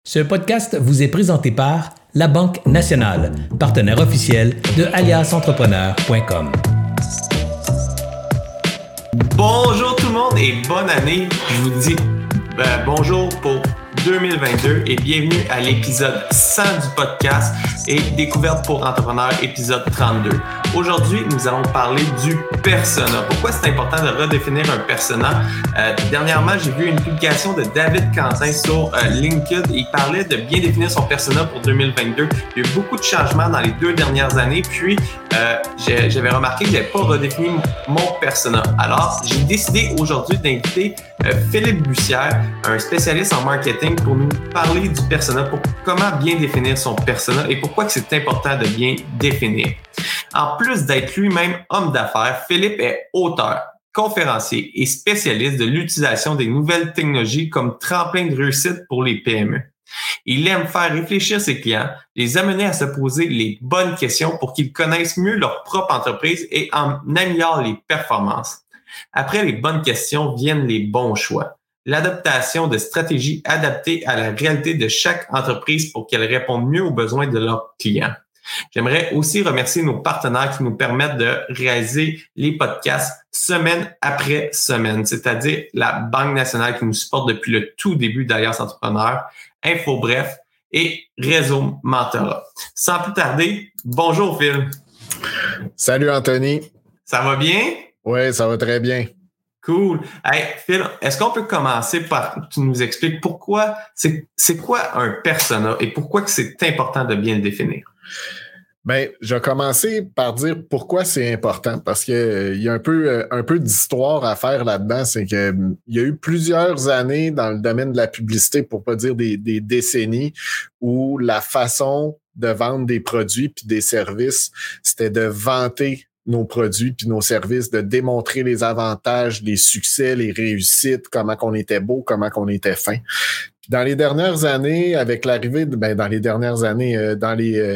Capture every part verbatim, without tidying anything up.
Ce podcast vous est présenté par La Banque Nationale, partenaire officiel de alias entrepreneur point com. Bonjour tout le monde et bonne année. Je vous dis ben, bonjour pour deux mille vingt-deux et bienvenue à l'épisode cent du podcast et Découverte pour entrepreneurs, épisode trente-deux. Aujourd'hui, nous allons parler du persona. Pourquoi c'est important de redéfinir un persona? Euh, dernièrement, j'ai vu une publication de David Quentin sur euh, LinkedIn. Il parlait de bien définir son persona pour deux mille vingt-deux. Il y a eu beaucoup de changements dans les deux dernières années. Puis, euh, j'ai, j'avais remarqué que je n'avais pas redéfini mon persona. Alors, j'ai décidé aujourd'hui d'inviter euh, Philippe Bussière, un spécialiste en marketing, pour nous parler du persona, pour comment bien définir son persona et pourquoi que c'est important de bien définir. En plus d'être lui-même homme d'affaires, Philippe est auteur, conférencier et spécialiste de l'utilisation des nouvelles technologies comme tremplin de réussite pour les P M E. Il aime faire réfléchir ses clients, les amener à se poser les bonnes questions pour qu'ils connaissent mieux leur propre entreprise et en améliorent les performances. Après les bonnes questions viennent les bons choix. L'adaptation de stratégies adaptées à la réalité de chaque entreprise pour qu'elles répondent mieux aux besoins de leurs clients. J'aimerais aussi remercier nos partenaires qui nous permettent de réaliser les podcasts semaine après semaine, c'est-à-dire la Banque Nationale qui nous supporte depuis le tout début d'Alias Entrepreneur, InfoBref et Réseau Mentorat. Sans plus tarder, bonjour Phil. Salut Anthony. Ça va bien? Oui, ça va très bien. Cool. Hey, Phil, est-ce qu'on peut commencer par tu nous expliques pourquoi c'est c'est quoi un persona et pourquoi que c'est important de bien le définir? Bien, je vais commencer par dire pourquoi c'est important, parce que euh, il y a un peu euh, un peu d'histoire à faire là-dedans. C'est que euh, il y a eu plusieurs années dans le domaine de la publicité, pour pas dire des, des décennies, où la façon de vendre des produits puis des services, c'était de vanter nos produits puis nos services, de démontrer les avantages, les succès, les réussites, comment qu'on était beau, comment qu'on était fin. Dans les dernières années, avec l'arrivée de, ben, dans les dernières années, euh, dans les euh,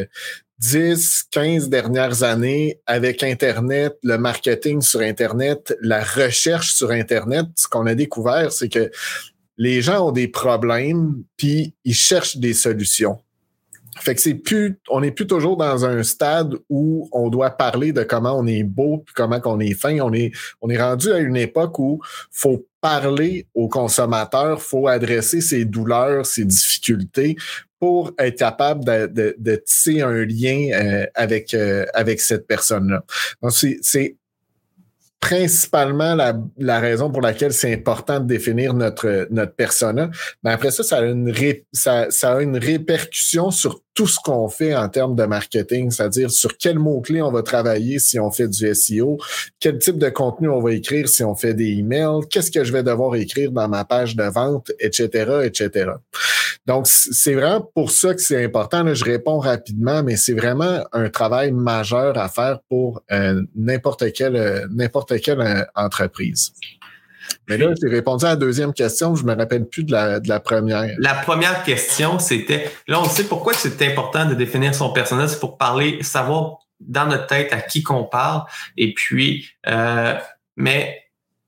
dix, quinze dernières années, avec Internet, le marketing sur Internet, la recherche sur Internet, ce qu'on a découvert, c'est que les gens ont des problèmes puis ils cherchent des solutions. Fait que c'est plus, on n'est plus toujours dans un stade où on doit parler de comment on est beau puis comment qu'on est fin. On est, on est rendu à une époque où faut parler aux consommateurs, faut adresser ses douleurs, ses difficultés pour être capable de, de, de tisser un lien euh, avec euh, avec cette personne-là. Donc c'est, c'est principalement la, la raison pour laquelle c'est important de définir notre notre persona. Mais après ça, ça a une ré, ça, ça a une répercussion sur tout ce qu'on fait en termes de marketing, c'est-à-dire sur quels mots-clés on va travailler si on fait du S E O, quel type de contenu on va écrire si on fait des emails, qu'est-ce que je vais devoir écrire dans ma page de vente, et cetera, et cetera. Donc, c'est vraiment pour ça que c'est important. Là, je réponds rapidement, mais c'est vraiment un travail majeur à faire pour euh, n'importe quelle, euh, n'importe quelle euh, entreprise. Mais là, j'ai répondu à la deuxième question, je me rappelle plus de la, de la première. La première question, c'était, là, on sait pourquoi c'est important de définir son personnage, c'est pour parler, savoir dans notre tête à qui qu'on parle. Et puis, euh, mais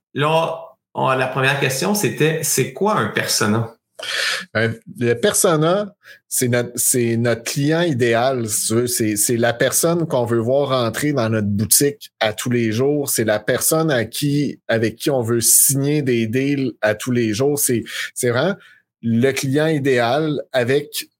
là, on, la première question, c'était, c'est quoi un persona? Euh, le persona, c'est notre, c'est notre client idéal, si tu veux. C'est, c'est la personne qu'on veut voir rentrer dans notre boutique à tous les jours. C'est la personne à qui, avec qui on veut signer des deals à tous les jours. C'est, c'est vraiment le client idéal avec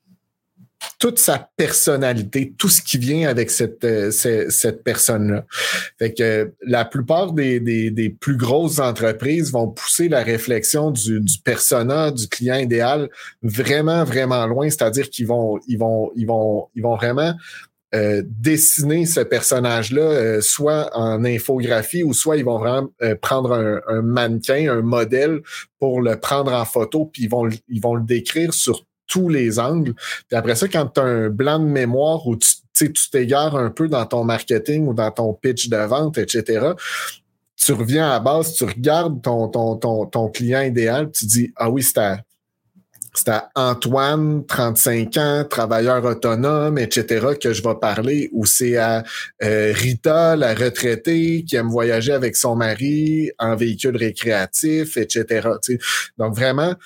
toute sa personnalité, tout ce qui vient avec cette euh, cette, cette personne-là. Fait que euh, la plupart des, des des plus grosses entreprises vont pousser la réflexion du du persona, du client idéal vraiment vraiment loin, c'est-à-dire qu'ils vont ils vont ils vont ils vont vraiment Euh, dessiner ce personnage-là, euh, soit en infographie ou soit ils vont vraiment euh, prendre un, un mannequin, un modèle pour le prendre en photo, puis ils vont ils vont le décrire sur tous les angles. Puis après ça, quand tu as un blanc de mémoire où tu tu t'égares un peu dans ton marketing ou dans ton pitch de vente, et cetera, tu reviens à la base, tu regardes ton ton ton ton client idéal, tu dis ah oui, c'est à c'est à Antoine, trente-cinq ans, travailleur autonome, et cetera, que je vais parler, ou c'est à euh, Rita, la retraitée, qui aime voyager avec son mari en véhicule récréatif, et cetera. Tu sais. Donc vraiment,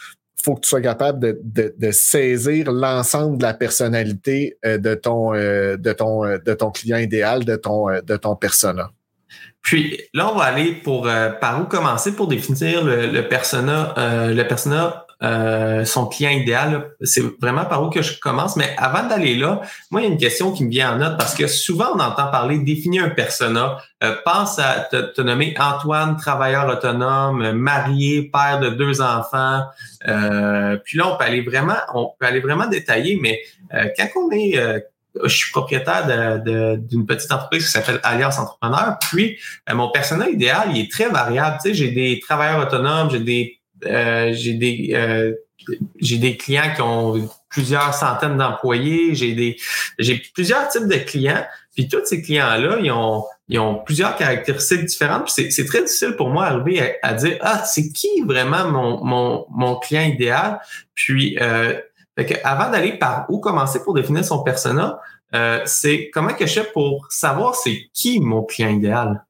faut que tu sois capable de, de, de saisir l'ensemble de la personnalité euh, de ton euh, de ton euh, de ton client idéal, de ton euh, de ton persona. Puis là, on va aller pour euh, par où commencer pour définir le, le persona, euh, le persona, euh, son client idéal. C'est vraiment par où que je commence. Mais avant d'aller là, moi, il y a une question qui me vient en note parce que souvent, on entend parler définir un persona. Euh, pense à te, te nommer Antoine, travailleur autonome, marié, père de deux enfants. Euh, puis là, on peut aller vraiment, on peut aller vraiment détailler. Mais euh, quand on est euh, je suis propriétaire de, de, d'une petite entreprise qui s'appelle Alliance Entrepreneur. Puis, euh, mon persona idéal, il est très variable. Tu sais, j'ai des travailleurs autonomes, j'ai des, euh, j'ai des, euh, j'ai des clients qui ont plusieurs centaines d'employés, j'ai des, j'ai plusieurs types de clients. Puis, tous ces clients-là, ils ont, ils ont plusieurs caractéristiques différentes. Puis, c'est, c'est très difficile pour moi d'arriver à, à dire, ah, c'est qui vraiment mon, mon, mon client idéal? Puis, euh, Fait que avant d'aller par où commencer pour définir son persona, euh, c'est comment que je fais pour savoir c'est qui mon client idéal?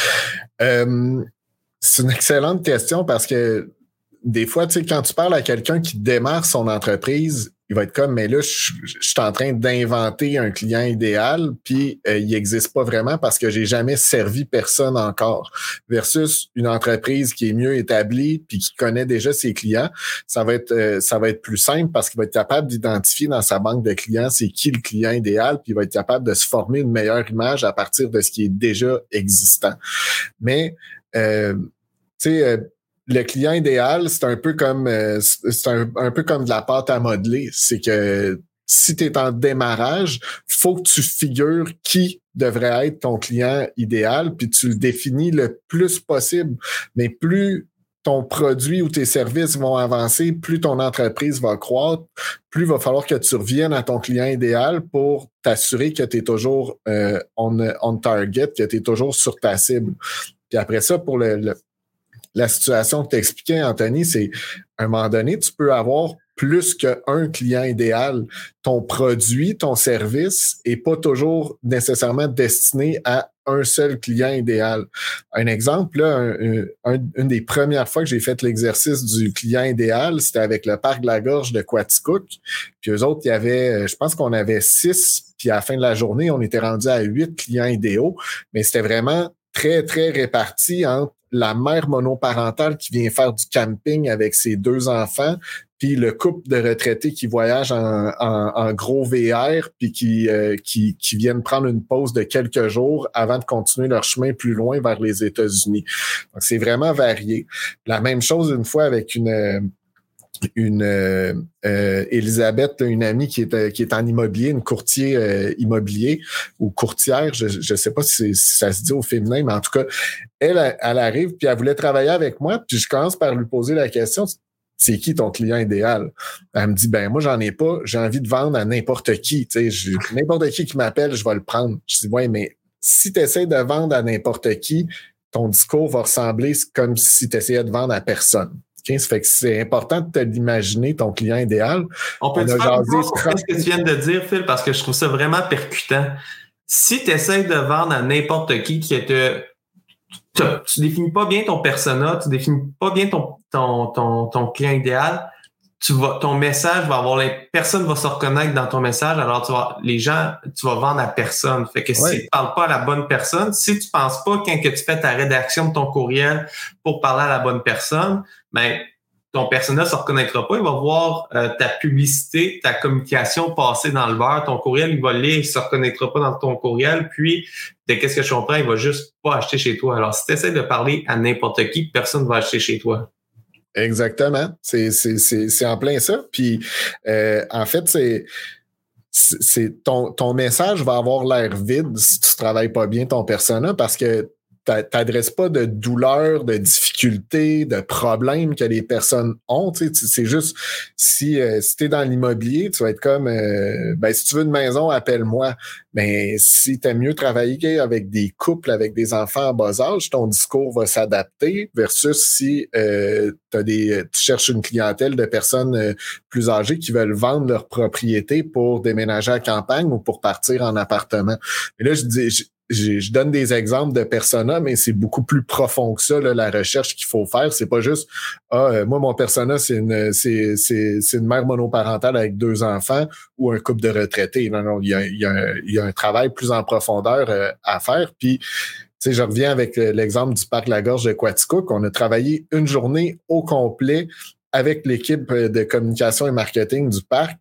Euh, c'est une excellente question parce que des fois, tu sais, quand tu parles à quelqu'un qui démarre son entreprise, il va être comme, mais là, je, je suis en train d'inventer un client idéal, puis euh, il n'existe pas vraiment parce que j'ai jamais servi personne encore. Versus une entreprise qui est mieux établie puis qui connaît déjà ses clients, ça va être euh, ça va être plus simple parce qu'il va être capable d'identifier dans sa banque de clients c'est qui le client idéal, puis il va être capable de se former une meilleure image à partir de ce qui est déjà existant. Mais euh, tu sais. Euh, Le client idéal, c'est un peu comme euh, c'est un, un peu comme de la pâte à modeler. C'est que si tu es en démarrage, faut que tu figures qui devrait être ton client idéal, puis tu le définis le plus possible. Mais plus ton produit ou tes services vont avancer, plus ton entreprise va croître, plus il va falloir que tu reviennes à ton client idéal pour t'assurer que tu es toujours euh, on, on target, que tu es toujours sur ta cible. Puis après ça, pour le, le la situation que tu expliquais, Anthony, c'est à un moment donné, tu peux avoir plus qu'un client idéal. Ton produit, ton service est pas toujours nécessairement destiné à un seul client idéal. Un exemple, là, un, un, une des premières fois que j'ai fait l'exercice du client idéal, c'était avec le parc de la Gorge de Quaticook. Puis eux autres, il y avait, je pense qu'on avait six, puis à la fin de la journée, on était rendu à huit clients idéaux, mais c'était vraiment très, très réparti entre la mère monoparentale qui vient faire du camping avec ses deux enfants, puis le couple de retraités qui voyage en, en, en gros V R, puis qui, euh, qui, qui viennent prendre une pause de quelques jours avant de continuer leur chemin plus loin vers les États-Unis. Donc, c'est vraiment varié. La même chose une fois avec une... une euh, euh, Elisabeth, une amie qui est qui est en immobilier, une courtier euh, immobilier ou courtière, je je sais pas si, si ça se dit au féminin, mais en tout cas, elle elle arrive puis elle voulait travailler avec moi, puis je commence par lui poser la question, c'est qui ton client idéal? Elle me dit, ben moi j'en ai pas, j'ai envie de vendre à n'importe qui, tu sais, n'importe qui qui m'appelle, je vais le prendre. Je dis ouais, mais si tu essaies de vendre à n'importe qui, ton discours va ressembler comme si tu essayais de vendre à personne. Okay? Ça fait que c'est important de te l'imaginer, ton client idéal. On peut te faire ce que tu viens de dire, Phil, parce que je trouve ça vraiment percutant. Si tu essaies de vendre à n'importe qui qui te... Tu, tu définis pas bien ton persona, tu définis pas bien ton, ton, ton, ton client idéal, tu vas, ton message va avoir les, personne va se reconnaître dans ton message, alors tu vas, les gens, tu vas vendre à personne. Fait que ouais. Si tu parles pas à la bonne personne, si tu penses pas quand que tu fais ta rédaction de ton courriel pour parler à la bonne personne, ben, ton persona ne se reconnaîtra pas, il va voir euh, ta publicité, ta communication passer dans le beurre, ton courriel, il va lire, il ne se reconnaîtra pas dans ton courriel, puis de qu'est-ce que je comprends, il va juste pas acheter chez toi. Alors, si tu essaies de parler à n'importe qui, personne ne va acheter chez toi. Exactement, c'est, c'est, c'est, c'est en plein ça. Puis, euh, en fait, c'est... c'est ton, ton message va avoir l'air vide si tu travailles pas bien ton persona parce que t'adresses pas de douleur, de difficultés, de problèmes que les personnes ont. Tu sais, c'est juste, si, euh, si tu es dans l'immobilier, tu vas être comme, euh, ben si tu veux une maison, appelle-moi. Mais si tu aimes mieux travailler avec des couples, avec des enfants en bas âge, ton discours va s'adapter versus si euh, t'as des, tu cherches une clientèle de personnes euh, plus âgées qui veulent vendre leur propriété pour déménager à la campagne ou pour partir en appartement. Mais là, je dis... Je, je, je donne des exemples de persona, mais c'est beaucoup plus profond que ça, là, la recherche qu'il faut faire. C'est pas juste ah, euh, moi, mon persona, c'est une c'est, c'est, c'est une mère monoparentale avec deux enfants ou un couple de retraités. Non, non, il y a, il y a, un, il y a un travail plus en profondeur euh, à faire. Puis, tu sais, je reviens avec l'exemple du parc La Gorge de Quaticook. On a travaillé une journée au complet avec l'équipe de communication et marketing du parc,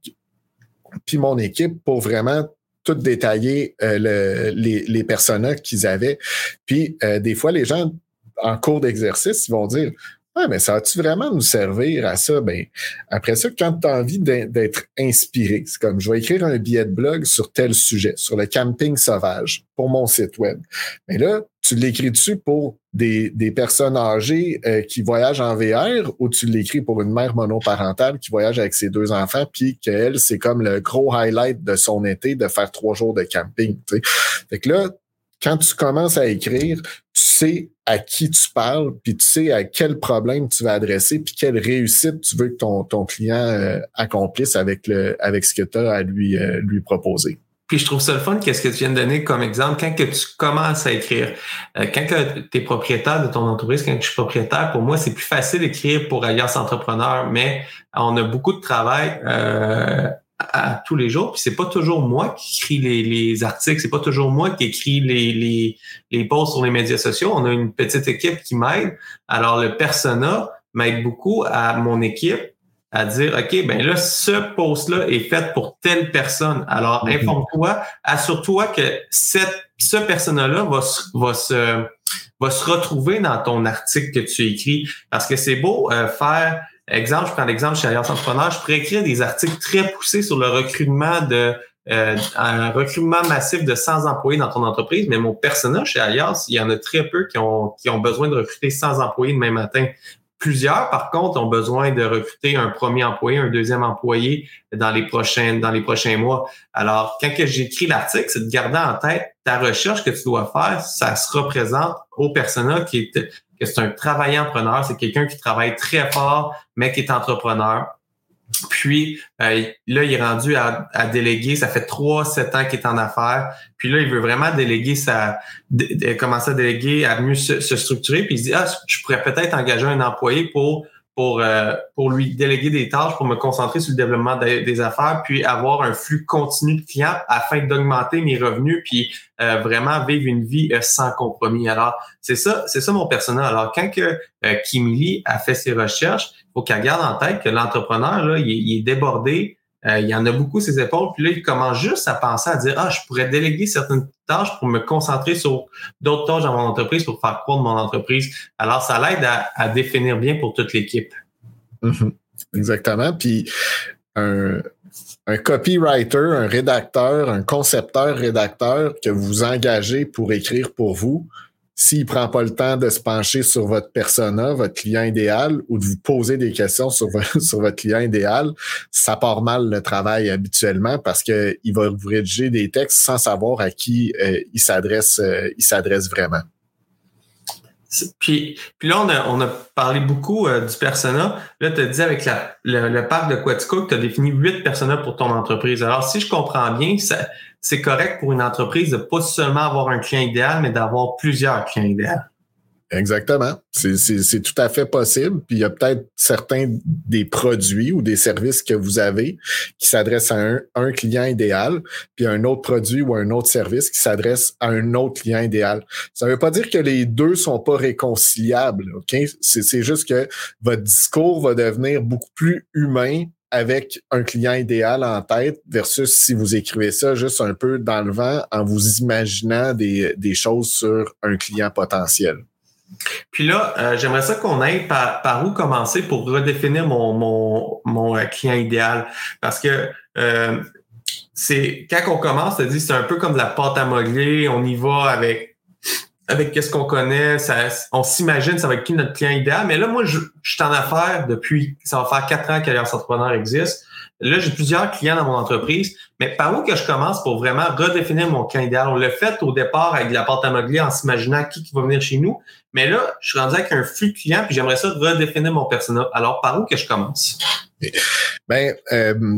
puis mon équipe, pour vraiment tout détailler euh, le, les, les personas qu'ils avaient. Puis, euh, des fois, les gens, en cours d'exercice, ils vont dire « Ouais, mais ça va-tu vraiment nous servir à ça? » Ben, après ça, quand tu as envie d'être inspiré, c'est comme je vais écrire un billet de blog sur tel sujet, sur le camping sauvage, pour mon site web. Mais là, tu l'écris dessus pour des, des personnes âgées euh, qui voyagent en V R ou tu l'écris pour une mère monoparentale qui voyage avec ses deux enfants puis qu'elle, c'est comme le gros highlight de son été de faire trois jours de camping. Tu sais. Fait que là, quand tu commences à écrire, tu sais à qui tu parles, puis tu sais à quel problème tu vas adresser, puis quelle réussite tu veux que ton, ton client euh, accomplisse avec le avec ce que tu as à lui, euh, lui proposer. Puis je trouve ça le fun, qu'est-ce que tu viens de donner comme exemple, quand que tu commences à écrire, euh, quand tu es propriétaire de ton entreprise, quand je suis propriétaire, pour moi, c'est plus facile d'écrire pour Alias Entrepreneur, mais on a beaucoup de travail euh, à, à tous les jours, puis c'est pas toujours moi qui écris les, les articles, c'est pas toujours moi qui écris les, les, les posts sur les médias sociaux, on a une petite équipe qui m'aide, alors le persona m'aide beaucoup à mon équipe, à dire, OK, ben là, ce post-là est fait pour telle personne. Alors, mm-hmm. informe-toi, assure-toi que cette, ce persona-là va, va, se, va se retrouver dans ton article que tu écris. Parce que c'est beau euh, faire, exemple, je prends l'exemple chez Alias Entrepreneur, je pourrais écrire des articles très poussés sur le recrutement de, euh, un recrutement massif de cent employés dans ton entreprise, mais mon persona chez Alias, il y en a très peu qui ont, qui ont besoin de recruter cent employés demain matin. Plusieurs, par contre, ont besoin de recruter un premier employé, un deuxième employé dans les prochains, dans les prochains mois. Alors, quand que j'écris l'article, c'est de garder en tête ta recherche que tu dois faire, ça se représente au persona qui est, que c'est un travaillant-preneur, c'est quelqu'un qui travaille très fort, mais qui est entrepreneur. Puis euh, là, il est rendu à, à déléguer. Ça fait trois, sept ans qu'il est en affaires. Puis là, il veut vraiment déléguer sa, de, de, commencer à déléguer, à mieux se, se structurer. Puis il se dit, ah, je pourrais peut-être engager un employé pour pour euh, pour lui déléguer des tâches, pour me concentrer sur le développement des, des affaires, puis avoir un flux continu de clients afin d'augmenter mes revenus, puis euh, vraiment vivre une vie euh, sans compromis. Alors, c'est ça, c'est ça mon personnage. Alors, quand que euh, Kimili a fait ses recherches, il faut qu'elle garde en tête que l'entrepreneur, là, il est, il est débordé, euh, il y en a beaucoup ses épaules, puis là, il commence juste à penser à dire, ah, je pourrais déléguer certaines tâches pour me concentrer sur d'autres tâches dans mon entreprise pour faire croître mon entreprise. Alors, ça l'aide à, à définir bien pour toute l'équipe. Mm-hmm. Exactement. Puis, un, un copywriter, un rédacteur, un concepteur-rédacteur que vous engagez pour écrire pour vous, s'il prend pas le temps de se pencher sur votre persona, votre client idéal, ou de vous poser des questions sur, votre, sur votre client idéal, ça part mal le travail habituellement parce que il va vous rédiger des textes sans savoir à qui euh, il s'adresse, euh, il s'adresse vraiment. Puis, puis là, on a, on a parlé beaucoup euh, du persona. Là, tu as dit avec la, le, le parc de Quaticook, tu as défini huit personas pour ton entreprise. Alors, si je comprends bien, ça, c'est correct pour une entreprise de pas seulement avoir un client idéal, mais d'avoir plusieurs clients idéaux. Exactement. C'est, c'est, c'est tout à fait possible. Puis il y a peut-être certains des produits ou des services que vous avez qui s'adressent à un, un client idéal, puis un autre produit ou un autre service qui s'adresse à un autre client idéal. Ça ne veut pas dire que les deux sont pas réconciliables, OK? C'est, c'est juste que votre discours va devenir beaucoup plus humain avec un client idéal en tête versus si vous écrivez ça juste un peu dans le vent en vous imaginant des, des choses sur un client potentiel. Puis là, euh, j'aimerais ça qu'on aille par, par où commencer pour redéfinir mon, mon, mon euh, client idéal. Parce que euh, c'est quand on commence, tu dis c'est un peu comme de la pâte à modeler, on y va avec avec qu'est-ce qu'on connaît, ça, on s'imagine ça va être qui notre client idéal. Mais là, moi, je, je suis en affaires depuis, ça va faire quatre ans qu'Alias Entrepreneur existe. Là, j'ai plusieurs clients dans mon entreprise, mais par où que je commence pour vraiment redéfinir mon client idéal? On l'a fait au départ avec de la pâte à modeler en s'imaginant qui, qui va venir chez nous, mais là, je suis rendu avec un flux de clients puis j'aimerais ça redéfinir mon persona. Alors, par où que je commence? Ben, euh,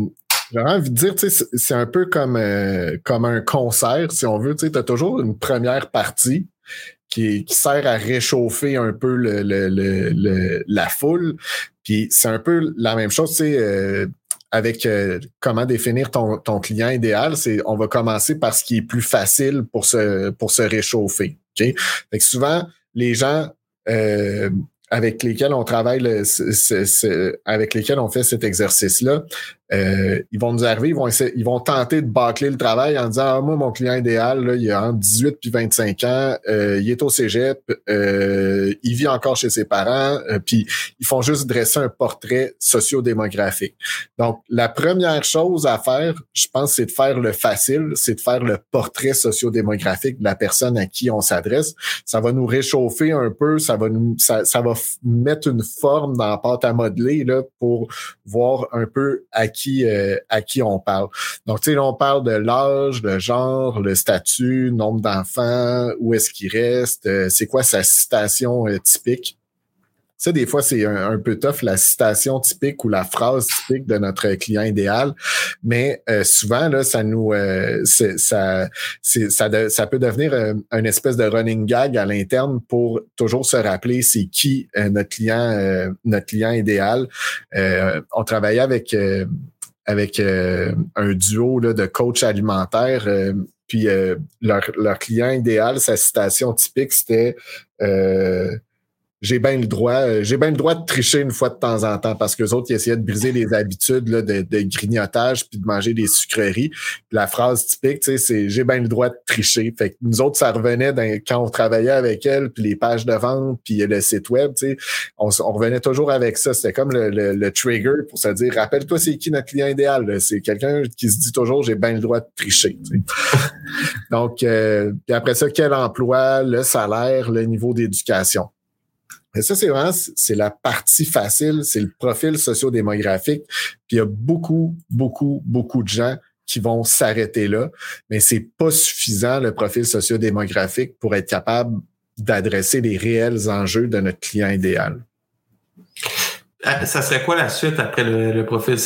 J'aurais envie de dire, tu sais, c'est un peu comme, euh, comme un concert, si on veut. Tu sais, t'as toujours une première partie qui, qui sert à réchauffer un peu le, le, le, le, la foule. Puis c'est un peu la même chose, tu sais, euh, avec euh, comment définir ton, ton client idéal. C'est on va commencer par ce qui est plus facile pour se, pour se réchauffer. Okay? Fait que souvent, les gens euh, avec lesquels on travaille, le, c- c- c- avec lesquels on fait cet exercice-là, euh, ils vont nous arriver, ils vont essayer, ils vont tenter de bâcler le travail en disant ah, moi, mon client idéal, là, il a entre dix-huit puis vingt-cinq ans, euh, il est au cégep, euh, il vit encore chez ses parents, euh, puis ils font juste dresser un portrait socio-démographique. Donc, la première chose à faire, je pense, c'est de faire le facile, c'est de faire le portrait socio-démographique de la personne à qui on s'adresse. Ça va nous réchauffer un peu, ça va nous, ça, ça va f- mettre une forme dans la pâte à modeler là, pour voir un peu à qui euh, à qui on parle. Donc, tu sais, là, on parle de l'âge, le genre, le statut, nombre d'enfants, où est-ce qu'il reste, euh, c'est quoi sa citation euh, typique. Ça, des fois, c'est un, un peu tough, la citation typique ou la phrase typique de notre client idéal. Mais euh, souvent, là, ça nous euh, c'est, ça, c'est, ça, de, ça peut devenir euh, une espèce de running gag à l'interne pour toujours se rappeler c'est qui euh, notre client euh, notre client idéal. Euh, on travaillait avec euh, avec euh, un duo là, de coach alimentaire. Euh, puis euh, leur, leur client idéal, sa citation typique, c'était euh, j'ai bien le droit, euh, j'ai bien le droit de tricher une fois de temps en temps parce que les autres ils essayaient de briser les habitudes là, de, de grignotage puis de manger des sucreries. Puis la phrase typique, tu sais, c'est j'ai bien le droit de tricher. Fait que nous autres, ça revenait dans, quand on travaillait avec elle, puis les pages de vente, puis le site web, tu sais, on, on revenait toujours avec ça. C'était comme le, le, le trigger pour se dire rappelle-toi c'est qui notre client idéal. Là. C'est quelqu'un qui se dit toujours j'ai bien le droit de tricher. Tu sais. Donc, euh, puis après ça, quel emploi, le salaire, le niveau d'éducation. Et ça, c'est vraiment, c'est la partie facile, c'est le profil socio-démographique. Puis il y a beaucoup, beaucoup, beaucoup de gens qui vont s'arrêter là, mais c'est pas suffisant, le profil socio-démographique, pour être capable d'adresser les réels enjeux de notre client idéal. Ça serait quoi la suite après le, le profil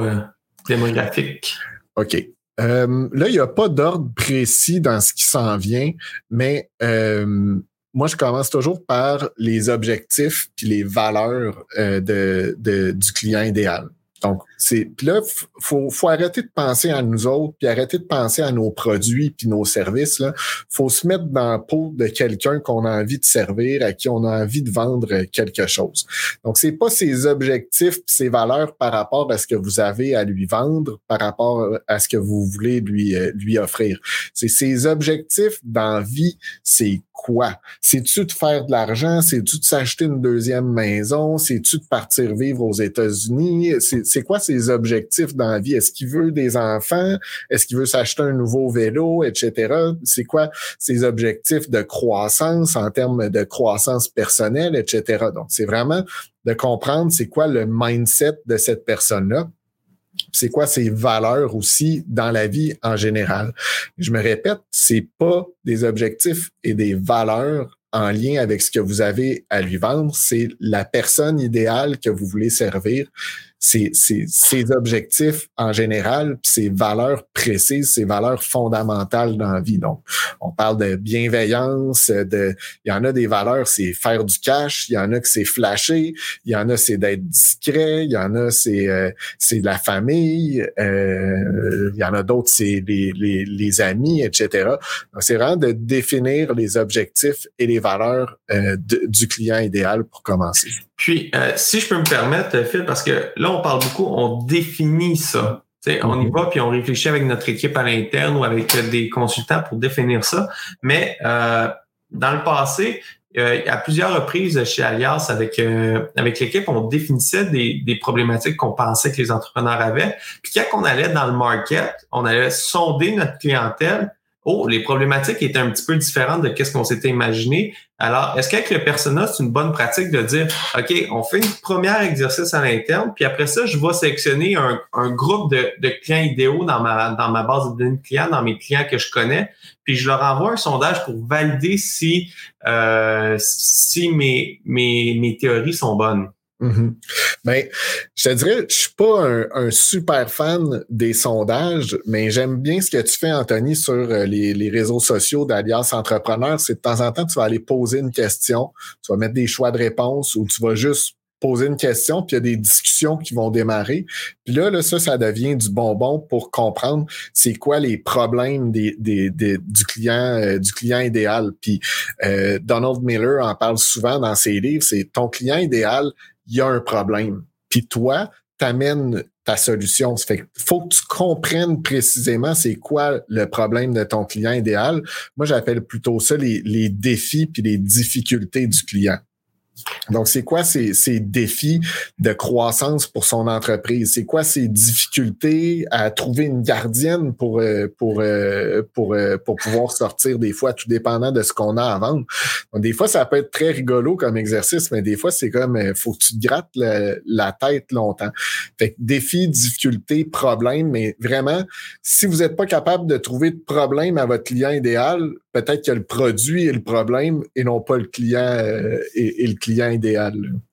socio-démographique? OK. Euh, là, il n'y a pas d'ordre précis dans ce qui s'en vient, mais euh, moi, je commence toujours par les objectifs puis les valeurs euh, de, de, du client idéal. Donc, c'est puis là, faut faut arrêter de penser à nous autres, puis arrêter de penser à nos produits puis nos services. Là, faut se mettre dans la peau de quelqu'un qu'on a envie de servir, à qui on a envie de vendre quelque chose. Donc, c'est pas ses objectifs puis ses valeurs par rapport à ce que vous avez à lui vendre, par rapport à ce que vous voulez lui lui offrir. C'est ses objectifs dans la vie, c'est quoi? C'est-tu de faire de l'argent? C'est-tu de s'acheter une deuxième maison? C'est-tu de partir vivre aux États-Unis? C'est, c'est quoi ses objectifs dans la vie? Est-ce qu'il veut des enfants? Est-ce qu'il veut s'acheter un nouveau vélo, et cetera? C'est quoi ses objectifs de croissance en termes de croissance personnelle, et cetera? Donc, c'est vraiment de comprendre c'est quoi le mindset de cette personne-là. C'est quoi ses valeurs aussi dans la vie en général. Je me répète, c'est pas des objectifs et des valeurs en lien avec ce que vous avez à lui vendre, c'est la personne idéale que vous voulez servir. C'est, c'est ses objectifs en général, puis ses valeurs précises, ses valeurs fondamentales dans la vie. Donc, on parle de bienveillance, de, il y en a des valeurs, c'est faire du cash, il y en a que c'est flasher, il y en a c'est d'être discret, il y en a c'est euh, c'est de la famille, euh, il y en a d'autres c'est les les, les amis, et cetera. Donc, c'est vraiment de définir les objectifs et les valeurs euh, de, du client idéal pour commencer. Puis, euh, si je peux me permettre, Phil, parce que là, on parle beaucoup, on définit ça. T'sais, on y va, puis on réfléchit avec notre équipe à l'interne ou avec des consultants pour définir ça. Mais euh, dans le passé, euh, à plusieurs reprises chez Alias, avec euh, avec l'équipe, on définissait des, des problématiques qu'on pensait que les entrepreneurs avaient. Puis quand on allait dans le market, on allait sonder notre clientèle. Oh, les problématiques étaient un petit peu différentes de ce qu'on s'était imaginé. Alors, est-ce qu'avec le persona, c'est une bonne pratique de dire, OK, on fait une première exercice à l'interne, puis après ça, je vais sélectionner un, un groupe de, de clients idéaux dans ma, dans ma base de données de clients, dans mes clients que je connais, puis je leur envoie un sondage pour valider si, euh, si mes, mes, mes théories sont bonnes. Mm-hmm. Ben, je te dirais, je suis pas un, un super fan des sondages, mais j'aime bien ce que tu fais, Anthony, sur les, les réseaux sociaux d'Alias Entrepreneur. C'est de temps en temps, tu vas aller poser une question, tu vas mettre des choix de réponse ou tu vas juste poser une question, puis il y a des discussions qui vont démarrer. Puis là, là, ça, ça devient du bonbon pour comprendre c'est quoi les problèmes des, des, des, du client euh, du client idéal. Puis euh, Donald Miller en parle souvent dans ses livres, c'est ton client idéal, il y a un problème. Puis toi, t'amènes ta solution. Ça fait qu'il faut que tu comprennes précisément c'est quoi le problème de ton client idéal. Moi, j'appelle plutôt ça les, les défis puis les difficultés du client. Donc, c'est quoi ces, ces défis de croissance pour son entreprise? C'est quoi ces difficultés à trouver une gardienne pour, pour, pour, pour pouvoir sortir des fois, tout dépendant de ce qu'on a à vendre? Donc, des fois, ça peut être très rigolo comme exercice, mais des fois, c'est comme, faut que tu te grattes le, la tête longtemps. Fait que défis, difficultés, problèmes, mais vraiment, si vous n'êtes pas capable de trouver de problème à votre client idéal, peut-être que le produit est le problème et non pas le client euh, et, et le client idéal.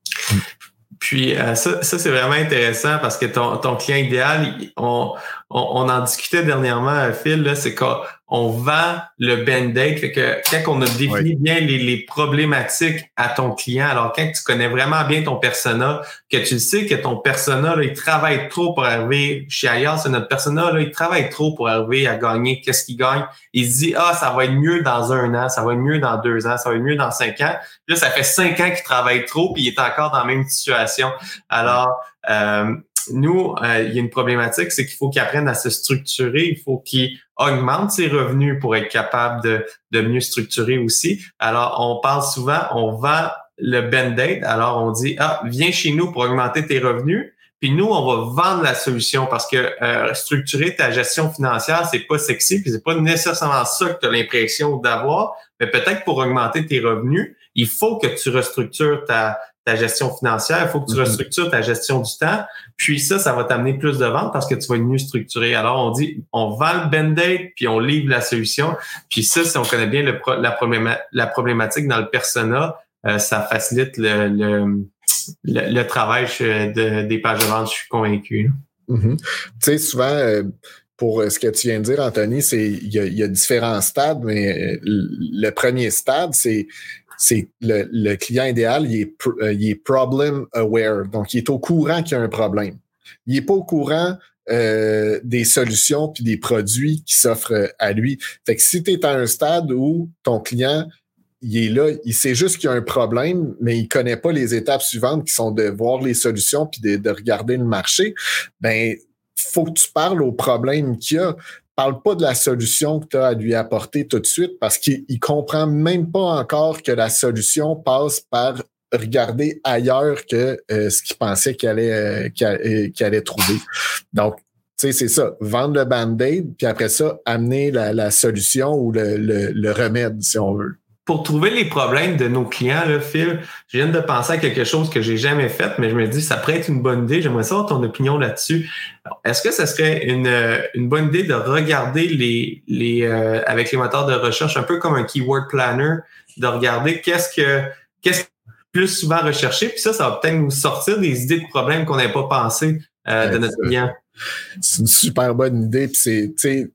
Puis euh, ça, ça c'est vraiment intéressant parce que ton, ton client idéal, on, on, on en discutait dernièrement, Phil, là, c'est qu'on on vend le band-aid. Fait que quand on a défini oui. bien les, les problématiques à ton client, alors quand tu connais vraiment bien ton persona, que tu sais que ton persona, là, il travaille trop pour arriver chez Alias, c'est notre persona, là, il travaille trop pour arriver à gagner. Qu'est-ce qu'il gagne? Il se dit, ah, ça va être mieux dans un an, ça va être mieux dans deux ans, ça va être mieux dans cinq ans. Puis là, ça fait cinq ans qu'il travaille trop puis il est encore dans la même situation. Alors, euh, nous, euh, il y a une problématique, c'est qu'il faut qu'il apprenne à se structurer, il faut qu'il augmente ses revenus pour être capable de, de mieux structurer aussi. Alors, on parle souvent, on vend le band-aid, alors on dit, ah, viens chez nous pour augmenter tes revenus, puis nous, on va vendre la solution parce que euh, structurer ta gestion financière, c'est pas sexy, puis c'est pas nécessairement ça que tu as l'impression d'avoir, mais peut-être pour augmenter tes revenus, il faut que tu restructures ta ta gestion financière, il faut que tu restructures ta gestion du temps, puis ça, ça va t'amener plus de ventes parce que tu vas être mieux structuré. Alors, on dit, on vend le band-aid, puis on livre la solution, puis ça, si on connaît bien le, la, probléma, la problématique dans le persona, euh, ça facilite le, le, le, le travail de, des pages de vente, je suis convaincu. Mm-hmm. Tu sais, souvent... Euh... Pour ce que tu viens de dire, Anthony, c'est il y a, il y a différents stades, mais le premier stade, c'est c'est le, le client idéal, il est, il est problem aware, donc il est au courant qu'il y a un problème. Il est pas au courant euh, des solutions puis des produits qui s'offrent à lui. Fait que si tu es à un stade où ton client il est là, il sait juste qu'il y a un problème, mais il connaît pas les étapes suivantes qui sont de voir les solutions puis de, de regarder le marché, ben faut que tu parles au problème qu'il y a. Parle pas de la solution que tu as à lui apporter tout de suite parce qu'il il comprend même pas encore que la solution passe par regarder ailleurs que euh, ce qu'il pensait qu'il allait, euh, qu'il allait, qu'il allait trouver. Donc, tu sais, c'est ça. Vendre le band-aid, puis après ça, amener la, la solution ou le, le, le remède, si on veut. Pour trouver les problèmes de nos clients, là, Phil, je viens de penser à quelque chose que j'ai jamais fait, mais je me dis ça pourrait être une bonne idée. J'aimerais savoir ton opinion là-dessus. Alors, est-ce que ça serait une, une bonne idée de regarder les, les euh, avec les moteurs de recherche, un peu comme un keyword planner, de regarder qu'est-ce que qu'est-ce qui est plus souvent recherché, puis ça, ça va peut-être nous sortir des idées de problèmes qu'on n'avait pas pensé euh, de notre client. C'est une super bonne idée, puis c'est, tu sais,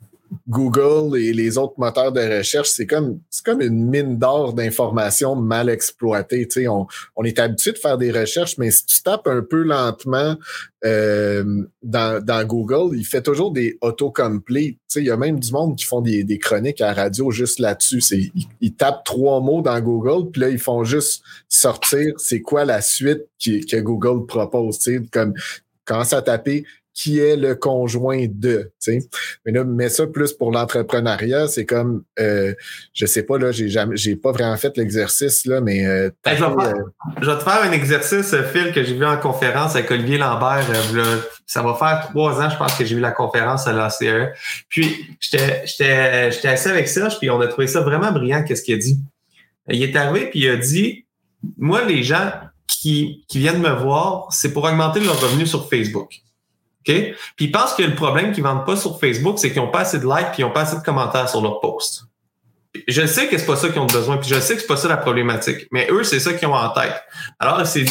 Google et les autres moteurs de recherche, c'est comme c'est comme une mine d'or d'informations mal exploitées. Tu sais, on, on est habitué de faire des recherches, mais si tu tapes un peu lentement euh, dans, dans Google, il fait toujours des autocomplete. Tu sais, il y a même du monde qui font des, des chroniques à la radio juste là-dessus. C'est, ils, ils tapent trois mots dans Google, puis là, ils font juste sortir c'est quoi la suite qui, que Google propose. Tu sais, comme commence à taper qui est le conjoint de, tu sais. Mais là, mets ça plus pour l'entrepreneuriat, c'est comme, euh, je sais pas, là, j'ai jamais, j'ai pas vraiment fait l'exercice, là, mais... Euh, hey, je, vais faire, euh... je vais te faire un exercice, Phil, que j'ai vu en conférence avec Olivier Lambert. Euh, là, ça va faire trois ans, je pense, que j'ai vu la conférence à l'A C E. Puis, j'étais, j'étais, j'étais assis avec Serge, puis on a trouvé ça vraiment brillant, qu'est-ce qu'il a dit. Il est arrivé, puis il a dit, moi, les gens qui, qui viennent me voir, c'est pour augmenter leur revenu sur Facebook. Okay? Puis ils pensent que le problème qu'ils ne vendent pas sur Facebook, c'est qu'ils n'ont pas assez de likes puis ils n'ont pas assez de commentaires sur leur post. Je sais que c'est pas ça qu'ils ont besoin, puis je sais que c'est pas ça la problématique, mais eux, c'est ça qu'ils ont en tête. Alors, il s'est dit,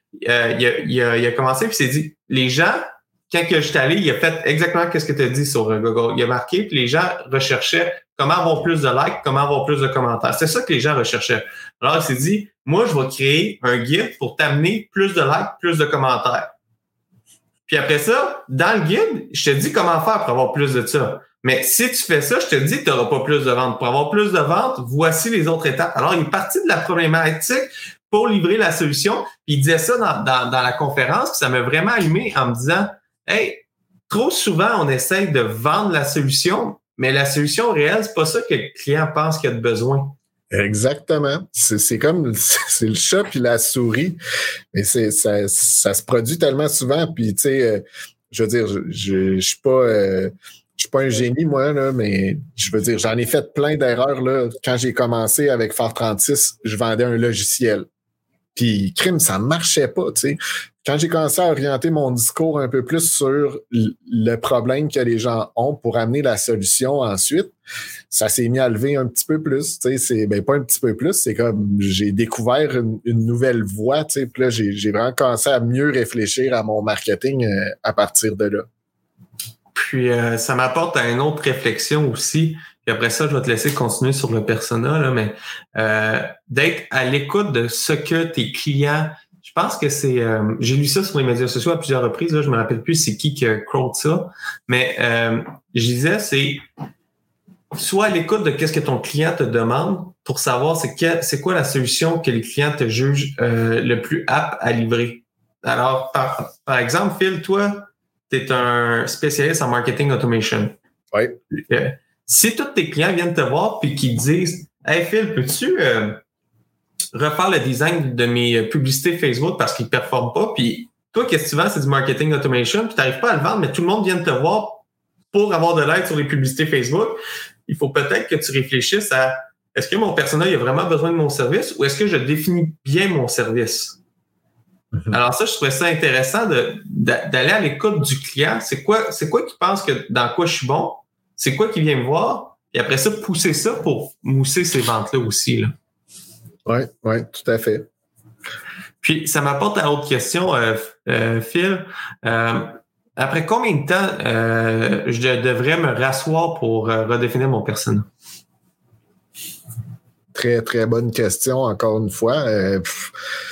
euh, il, a, il, a, il a commencé puis il s'est dit, les gens, quand je suis allé, il a fait exactement ce que tu as dit sur Google. Il a marqué, puis les gens recherchaient comment avoir plus de likes, comment avoir plus de commentaires. C'est ça que les gens recherchaient. Alors, il s'est dit, moi, je vais créer un guide pour t'amener plus de likes, plus de commentaires. Puis après ça, dans le guide, je te dis comment faire pour avoir plus de ça. Mais si tu fais ça, je te dis que tu n'auras pas plus de ventes. Pour avoir plus de ventes, voici les autres étapes. Alors, il est parti de la problématique pour livrer la solution. Puis il disait ça dans, dans, dans la conférence, puis ça m'a vraiment allumé en me disant, hey, trop souvent, on essaye de vendre la solution, mais la solution réelle, c'est pas ça que le client pense qu'il a de besoin. Exactement. C'est, c'est comme c'est le chat puis la souris. Mais c'est ça, ça se produit tellement souvent. Puis tu sais, euh, je veux dire, je, je, je suis pas euh, je suis pas un génie, moi, là, mais je veux dire, j'en ai fait plein d'erreurs là. Quand j'ai commencé avec Fort trente-six, je vendais un logiciel. Puis crime, ça marchait pas, tu sais. Quand j'ai commencé à orienter mon discours un peu plus sur le problème que les gens ont pour amener la solution ensuite, ça s'est mis à lever un petit peu plus. Tu sais, c'est ben pas un petit peu plus, c'est comme j'ai découvert une, une nouvelle voie. Tu sais, puis là j'ai, j'ai vraiment commencé à mieux réfléchir à mon marketing euh, à partir de là. Puis euh, ça m'apporte à une autre réflexion aussi. Puis après ça, je vais te laisser continuer sur le persona, là, mais euh, d'être à l'écoute de ce que tes clients. Je pense que c'est... Euh, j'ai lu ça sur les médias sociaux à plusieurs reprises. Là, je me rappelle plus c'est qui qui quote ça. Mais euh, je disais, c'est sois à l'écoute de qu'est-ce que ton client te demande pour savoir c'est, quel, c'est quoi la solution que les clients te jugent euh, le plus apte à livrer. Alors, par, par exemple, Phil, toi, tu es un spécialiste en marketing automation. Oui. Euh, si tous tes clients viennent te voir puis qu'ils disent « Hey Phil, peux-tu... Euh, refaire le design de mes publicités Facebook parce qu'ils ne performent pas. Puis toi, qu'est-ce que tu vends? C'est du marketing automation. Puis tu n'arrives pas à le vendre, mais tout le monde vient te voir pour avoir de l'aide sur les publicités Facebook. Il faut peut-être que tu réfléchisses à est-ce que mon personnel a vraiment besoin de mon service ou est-ce que je définis bien mon service? Mm-hmm. Alors ça, je trouvais ça intéressant de, de, d'aller à l'écoute du client. C'est quoi, c'est quoi qui pense que dans quoi je suis bon? C'est quoi qui vient me voir? Et après ça, pousser ça pour mousser ces ventes-là aussi, là. Oui, oui, tout à fait. Puis, ça m'apporte à l'autre question, euh, euh, Phil. Euh, après combien de temps euh, je devrais me rasseoir pour euh, redéfinir mon persona? Très, très bonne question, encore une fois. Euh, pff,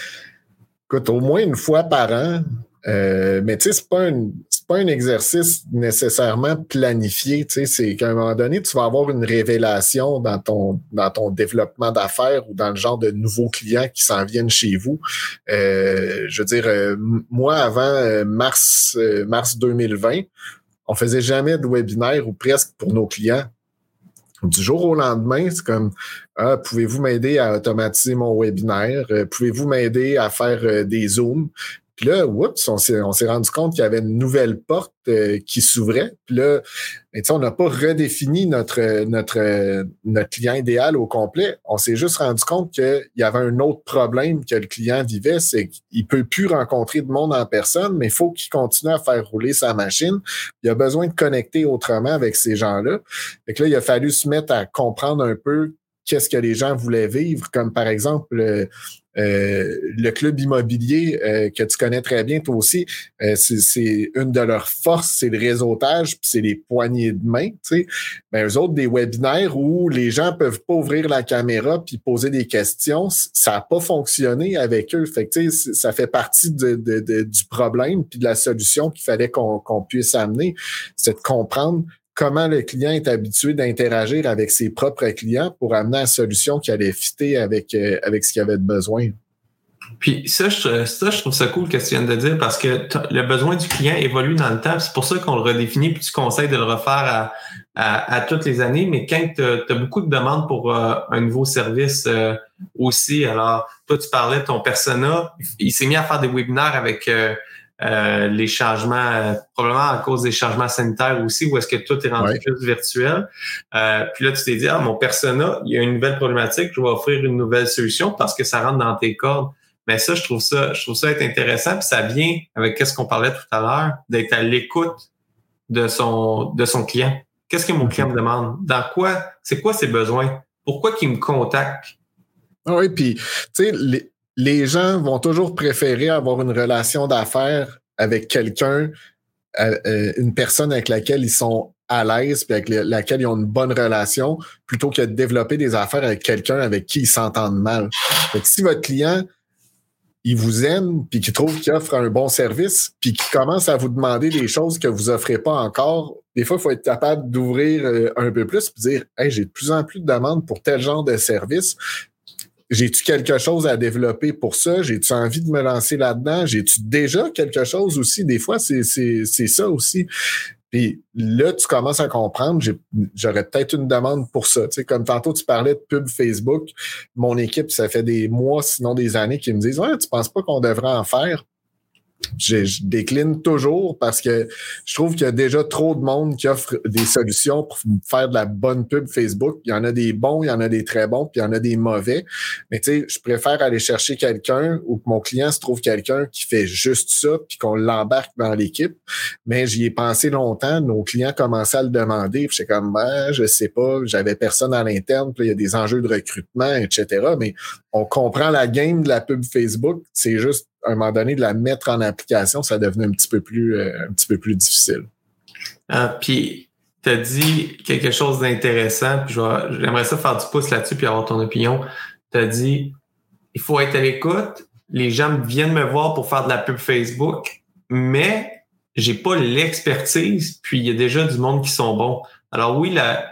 écoute, au moins une fois par an, euh, mais tu sais, c'est pas un, c'est pas un exercice nécessairement planifié. Tu sais, c'est qu'à un moment donné, tu vas avoir une révélation dans ton dans ton développement d'affaires ou dans le genre de nouveaux clients qui s'en viennent chez vous. Euh, je veux dire, euh, moi, avant euh, mars euh, mars deux mille vingt, on faisait jamais de webinaire ou presque pour nos clients. Du jour au lendemain, c'est comme ah, pouvez-vous m'aider à automatiser mon webinaire? Euh, pouvez-vous m'aider à faire euh, des Zooms? Puis là, oups, on s'est, on s'est rendu compte qu'il y avait une nouvelle porte euh, qui s'ouvrait. Puis là, ben, on n'a pas redéfini notre, notre, notre client idéal au complet. On s'est juste rendu compte qu'il y avait un autre problème que le client vivait, c'est qu'il peut plus rencontrer de monde en personne, mais il faut qu'il continue à faire rouler sa machine. Il a besoin de connecter autrement avec ces gens-là. Fait que là, il a fallu se mettre à comprendre un peu qu'est-ce que les gens voulaient vivre, comme par exemple... Euh, Euh, le club immobilier euh, que tu connais très bien toi aussi, euh, c'est, c'est une de leurs forces, c'est le réseautage, puis c'est les poignées de main, tu sais. Ben eux autres, des webinaires où les gens peuvent pas ouvrir la caméra puis poser des questions, ça n'a pas fonctionné avec eux. Fait que tu sais, ça fait partie de, de, de, du problème puis de la solution qu'il fallait qu'on, qu'on puisse amener, c'est de comprendre comment le client est habitué d'interagir avec ses propres clients pour amener la solution qui allait fitter avec, euh, avec ce qu'il avait de besoin. Puis ça je, ça, je trouve ça cool que tu viens de dire parce que le besoin du client évolue dans le temps. C'est pour ça qu'on le redéfinit puis tu conseilles de le refaire à, à, à toutes les années. Mais quand tu as beaucoup de demandes pour euh, un nouveau service euh, aussi, alors toi, tu parlais de ton persona. Il s'est mis à faire des webinaires avec... Euh, Euh, les changements, euh, probablement à cause des changements sanitaires aussi, où est-ce que tout est rendu ouais. plus virtuel. Euh, puis là, tu t'es dit, ah, mon persona, il y a une nouvelle problématique, je vais offrir une nouvelle solution parce que ça rentre dans tes cordes. Mais ça, je trouve ça, je trouve ça être intéressant, puis ça vient avec qu'est-ce qu'on parlait tout à l'heure, d'être à l'écoute de son, de son client. Qu'est-ce que mon client me demande? Dans quoi? C'est quoi ses besoins? Pourquoi qu'il me contacte? Ah oui, puis, tu sais, les les gens vont toujours préférer avoir une relation d'affaires avec quelqu'un, euh, une personne avec laquelle ils sont à l'aise puis avec laquelle ils ont une bonne relation, plutôt que de développer des affaires avec quelqu'un avec qui ils s'entendent mal. Fait que si votre client, il vous aime puis qu'il trouve qu'il offre un bon service puis qu'il commence à vous demander des choses que vous offrez pas encore, des fois, il faut être capable d'ouvrir un peu plus puis dire « Hey, j'ai de plus en plus de demandes pour tel genre de service. J'ai-tu quelque chose à développer pour ça? J'ai-tu envie de me lancer là-dedans? J'ai-tu déjà quelque chose aussi? » Des fois, c'est, c'est, c'est ça aussi. Puis là, tu commences à comprendre, j'ai, j'aurais peut-être une demande pour ça. Tu sais, comme tantôt, tu parlais de pub Facebook. Mon équipe, ça fait des mois, sinon des années, qui me disent « Ouais, tu penses pas qu'on devrait en faire? » Je, je décline toujours parce que je trouve qu'il y a déjà trop de monde qui offre des solutions pour faire de la bonne pub Facebook. Il y en a des bons, il y en a des très bons, puis il y en a des mauvais. Mais tu sais, je préfère aller chercher quelqu'un ou que mon client se trouve quelqu'un qui fait juste ça puis qu'on l'embarque dans l'équipe. Mais j'y ai pensé longtemps. Nos clients commençaient à le demander. Puis j'étais comme, ben, je sais pas, j'avais personne à l'interne. Puis il y a des enjeux de recrutement, et cetera. Mais on comprend la game de la pub Facebook. C'est juste à un moment donné, de la mettre en application, ça devenait un petit peu plus, euh, un petit peu plus difficile. Ah, puis, tu as dit quelque chose d'intéressant, puis je vais, j'aimerais ça faire du pouce là-dessus puis avoir ton opinion. Tu as dit, il faut être à l'écoute, les gens viennent me voir pour faire de la pub Facebook, mais j'ai pas l'expertise, puis il y a déjà du monde qui sont bons. Alors oui, la,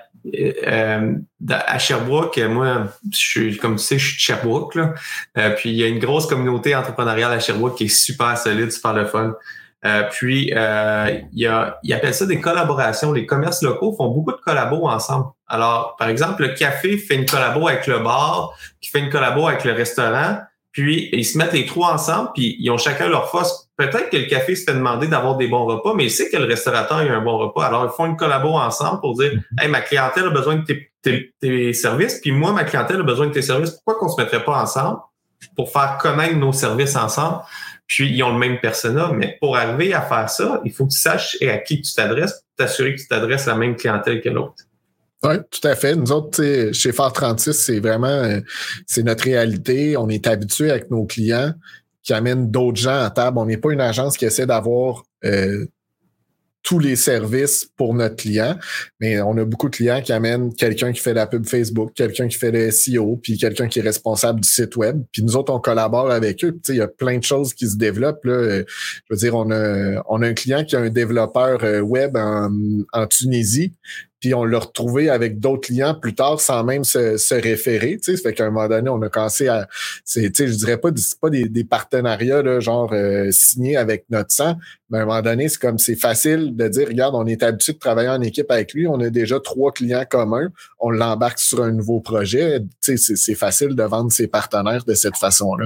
Euh, à Sherbrooke, moi, je suis, comme tu sais, je suis de Sherbrooke, là. Euh, puis il y a une grosse communauté entrepreneuriale à Sherbrooke qui est super solide, super le fun. Euh, puis euh, il y a, ils appellent ça des collaborations. Les commerces locaux font beaucoup de collabos ensemble. Alors, par exemple, le café fait une collabo avec le bar, qui fait une collabo avec le restaurant. Puis, ils se mettent les trois ensemble, puis ils ont chacun leur force. Peut-être que le café se fait demander d'avoir des bons repas, mais il sait que le restaurateur a un bon repas. Alors, ils font une collabo ensemble pour dire « Hey, ma clientèle a besoin de tes, tes, tes services, puis moi, ma clientèle a besoin de tes services. Pourquoi qu'on se mettrait pas ensemble pour faire connaître nos services ensemble? » Puis, ils ont le même persona, mais pour arriver à faire ça, il faut que tu saches à qui tu t'adresses pour t'assurer que tu t'adresses à la même clientèle que l'autre. Oui, tout à fait. Nous autres, chez Phare trente-six, c'est vraiment c'est notre réalité. On est habitué avec nos clients qui amènent d'autres gens à table. On n'est pas une agence qui essaie d'avoir euh, tous les services pour notre client, mais on a beaucoup de clients qui amènent quelqu'un qui fait de la pub Facebook, quelqu'un qui fait le S E O, puis quelqu'un qui est responsable du site web. Puis nous autres, on collabore avec eux. Il y a plein de choses qui se développent. Là. Je veux dire, on a, on a un client qui a un développeur web en, en Tunisie, puis on l'a retrouvé avec d'autres clients plus tard sans même se, se référer. Ça fait qu'à un moment donné, on a commencé à... C'est, je dirais pas, c'est pas des, des partenariats là, genre euh, signés avec notre sang, mais à un moment donné, c'est comme c'est facile de dire, regarde, on est habitué de travailler en équipe avec lui, on a déjà trois clients communs, on l'embarque sur un nouveau projet. C'est, c'est facile de vendre ses partenaires de cette façon-là.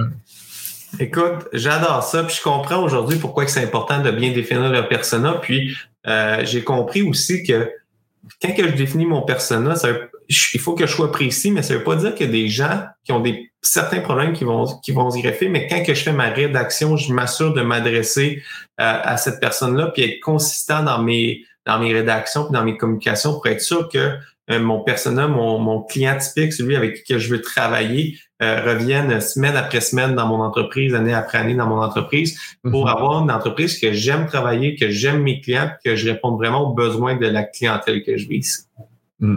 Écoute, j'adore ça, puis je comprends aujourd'hui pourquoi c'est important de bien définir le persona, puis euh, j'ai compris aussi que quand que je définis mon persona, ça veut, il faut que je sois précis, mais ça veut pas dire qu'il y a des gens qui ont des certains problèmes qui vont qui vont se greffer, mais quand que je fais ma rédaction, je m'assure de m'adresser euh, à cette personne-là puis être consistant dans mes dans mes rédactions puis dans mes communications pour être sûr que euh, mon persona, mon, mon client typique, celui avec qui je veux travailler, euh, revienne semaine après semaine dans mon entreprise, année après année dans mon entreprise, pour mm-hmm. avoir une entreprise que j'aime travailler, que j'aime mes clients, que je réponde vraiment aux besoins de la clientèle que je vise. Mm.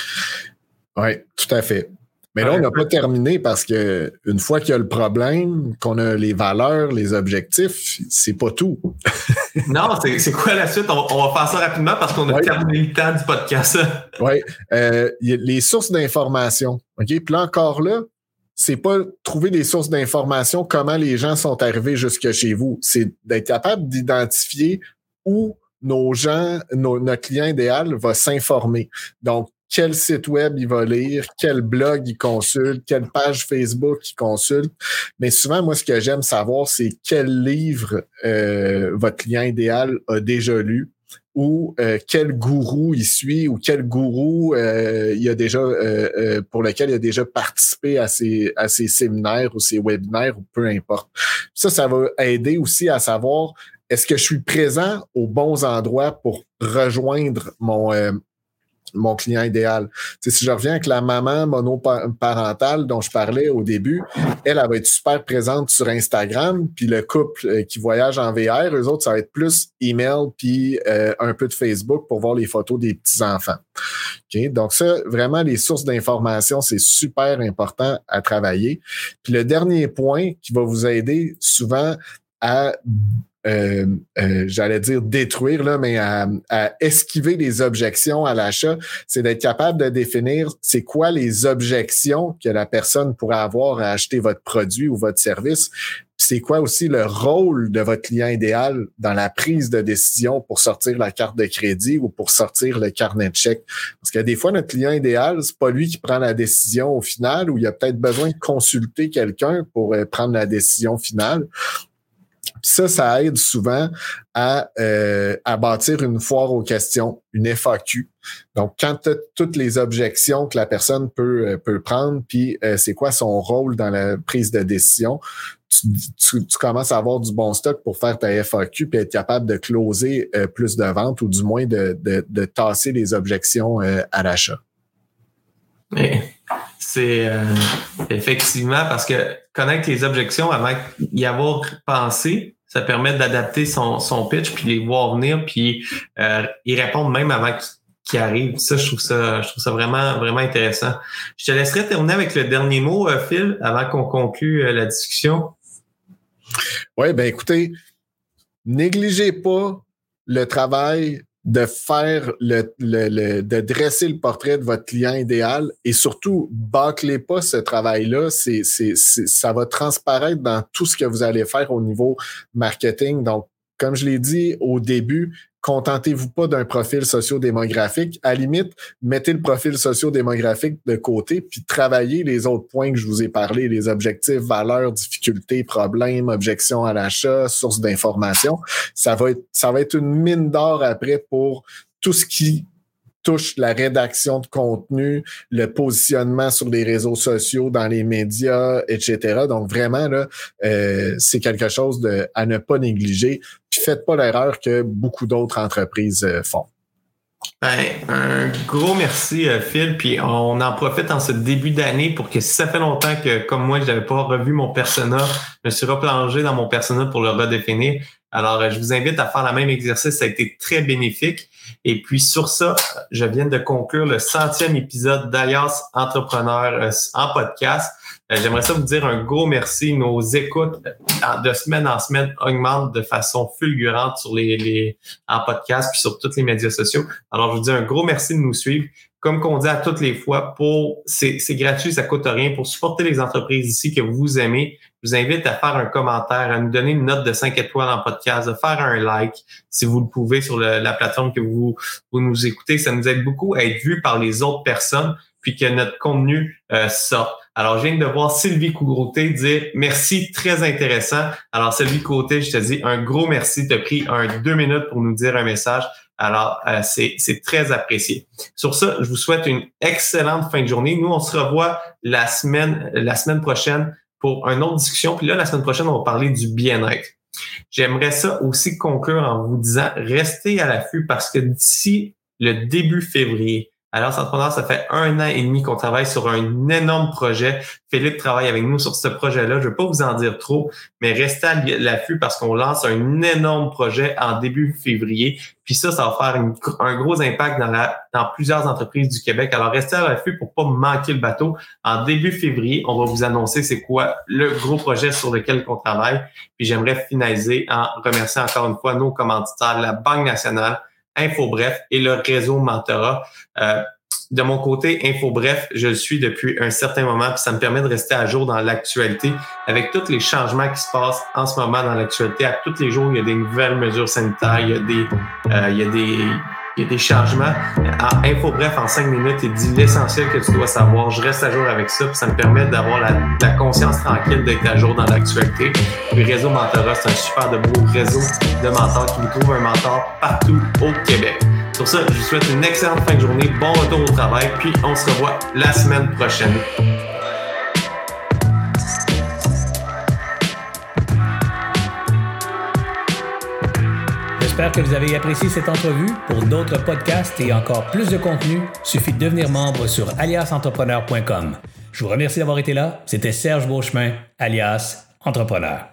Oui, tout à fait. Mais là, on n'a pas terminé parce que une fois qu'il y a le problème, qu'on a les valeurs, les objectifs, c'est pas tout. Non, c'est, c'est quoi la suite? On, on va faire ça rapidement parce qu'on a oui. terminé le temps du podcast. Oui. Euh, les sources d'information. OK? Puis là, encore là, c'est pas trouver des sources d'information, comment les gens sont arrivés jusque chez vous. C'est d'être capable d'identifier où nos gens, nos, notre client idéal va s'informer. Donc, quel site web il va lire, quel blog il consulte, quelle page Facebook il consulte. Mais souvent, moi, ce que j'aime savoir, c'est quel livre euh, votre client idéal a déjà lu ou euh, quel gourou il suit ou quel gourou euh, il a déjà euh, euh, pour lequel il a déjà participé à ses, à ses séminaires ou ses webinaires ou peu importe. Ça, ça va aider aussi à savoir est-ce que je suis présent aux bons endroits pour rejoindre mon... Euh, mon client idéal. T'sais, si je reviens avec la maman monoparentale dont je parlais au début, elle, elle va être super présente sur Instagram, puis le couple euh, qui voyage en V R, eux autres, ça va être plus email puis euh, un peu de Facebook pour voir les photos des petits-enfants. Okay? Donc ça, vraiment, les sources d'information, c'est super important à travailler. Puis le dernier point qui va vous aider souvent à Euh, euh, j'allais dire détruire, là, mais à, à esquiver les objections à l'achat, c'est d'être capable de définir c'est quoi les objections que la personne pourrait avoir à acheter votre produit ou votre service. C'est quoi aussi le rôle de votre client idéal dans la prise de décision pour sortir la carte de crédit ou pour sortir le carnet de chèque. Parce que des fois, notre client idéal, c'est pas lui qui prend la décision au final, ou il a peut-être besoin de consulter quelqu'un pour euh, prendre la décision finale. Puis ça, ça aide souvent à, euh, à bâtir une foire aux questions, une F A Q. Donc, quand tu as toutes les objections que la personne peut, peut prendre, puis euh, c'est quoi son rôle dans la prise de décision, tu, tu, tu commences à avoir du bon stock pour faire ta F A Q puis être capable de closer euh, plus de ventes ou du moins de, de, de tasser les objections euh, à l'achat. Mais c'est euh, effectivement parce que connaître les objections avant d'y avoir pensé, ça permet d'adapter son, son pitch puis les voir venir puis euh, y répondre même avant qu'ils arrivent. Ça, je trouve ça, je trouve ça vraiment, vraiment intéressant. Je te laisserai terminer avec le dernier mot, euh, Phil, avant qu'on conclue euh, la discussion. Oui, ben écoutez, négligez pas le travail de faire le, le, le, de dresser le portrait de votre client idéal et surtout, bâclez pas ce travail-là. C'est, c'est, c'est, ça va transparaître dans tout ce que vous allez faire au niveau marketing. Donc, comme je l'ai dit au début, contentez-vous pas d'un profil socio-démographique. À la limite, mettez le profil socio-démographique de côté puis travaillez les autres points que je vous ai parlé, les objectifs, valeurs, difficultés, problèmes, objections à l'achat, sources d'information. Ça va être, ça va être une mine d'or après pour tout ce qui touche la rédaction de contenu, le positionnement sur les réseaux sociaux, dans les médias, et cetera. Donc vraiment, là, euh, c'est quelque chose de, à ne pas négliger. Puis faites pas l'erreur que beaucoup d'autres entreprises euh, font. Ben, un gros merci, Phil. Puis on en profite en ce début d'année pour que si ça fait longtemps que, comme moi, je n'avais pas revu mon persona, je me suis replongé dans mon persona pour le redéfinir. Alors, je vous invite à faire le même exercice. Ça a été très bénéfique. Et puis, sur ça, je viens de conclure le centième épisode d'Alias Entrepreneur en podcast. J'aimerais ça vous dire un gros merci. Nos écoutes de semaine en semaine augmentent de façon fulgurante sur les, les en podcast puis sur tous les médias sociaux. Alors, je vous dis un gros merci de nous suivre. Comme qu'on dit à toutes les fois, pour c'est, c'est gratuit, ça coûte rien. Pour supporter les entreprises ici que vous aimez, je vous invite à faire un commentaire, à nous donner une note de cinq étoiles en podcast, à faire un like si vous le pouvez sur le, la plateforme que vous, vous nous écoutez. Ça nous aide beaucoup à être vu par les autres personnes puis que notre contenu euh, sorte. Alors, je viens de voir Sylvie Cougroté dire « Merci, très intéressant ». Alors, Sylvie Cougroté, je te dis un gros merci. Tu as pris un deux minutes pour nous dire un message. Alors, euh, c'est, c'est très apprécié. Sur ça, je vous souhaite une excellente fin de journée. Nous, on se revoit la semaine, la semaine prochaine pour une autre discussion. Puis là, la semaine prochaine, on va parler du bien-être. J'aimerais ça aussi conclure en vous disant, restez à l'affût parce que d'ici le début février, alors, Entrepreneur, ça fait un an et demi qu'on travaille sur un énorme projet. Philippe travaille avec nous sur ce projet-là. Je ne vais pas vous en dire trop, mais restez à l'affût parce qu'on lance un énorme projet en début février. Puis ça, ça va faire une, un gros impact dans, la, dans plusieurs entreprises du Québec. Alors, restez à l'affût pour pas manquer le bateau. En début février, on va vous annoncer c'est quoi le gros projet sur lequel on travaille. Puis j'aimerais finaliser en remerciant encore une fois nos commanditaires, la Banque nationale, InfoBref et le réseau Mentorat. Euh, de mon côté, InfoBref, je le suis depuis un certain moment, puis ça me permet de rester à jour dans l'actualité avec tous les changements qui se passent en ce moment dans l'actualité. À tous les jours, il y a des nouvelles mesures sanitaires, il y a des, euh, il y a des, il y a des changements. En InfoBref, en cinq minutes, il dit l'essentiel que tu dois savoir. Je reste à jour avec ça, puis ça me permet d'avoir la, la conscience tranquille d'être à jour dans l'actualité. Le réseau Mentorat, c'est un super de beau réseau de mentors qui vous trouve un mentor partout au Québec. Sur ça, je vous souhaite une excellente fin de journée, bon retour au travail, puis on se revoit la semaine prochaine. J'espère que vous avez apprécié cette entrevue. Pour d'autres podcasts et encore plus de contenu, suffit de devenir membre sur alias entrepreneur point com. Je vous remercie d'avoir été là. C'était Serge Beauchemin, alias Entrepreneur.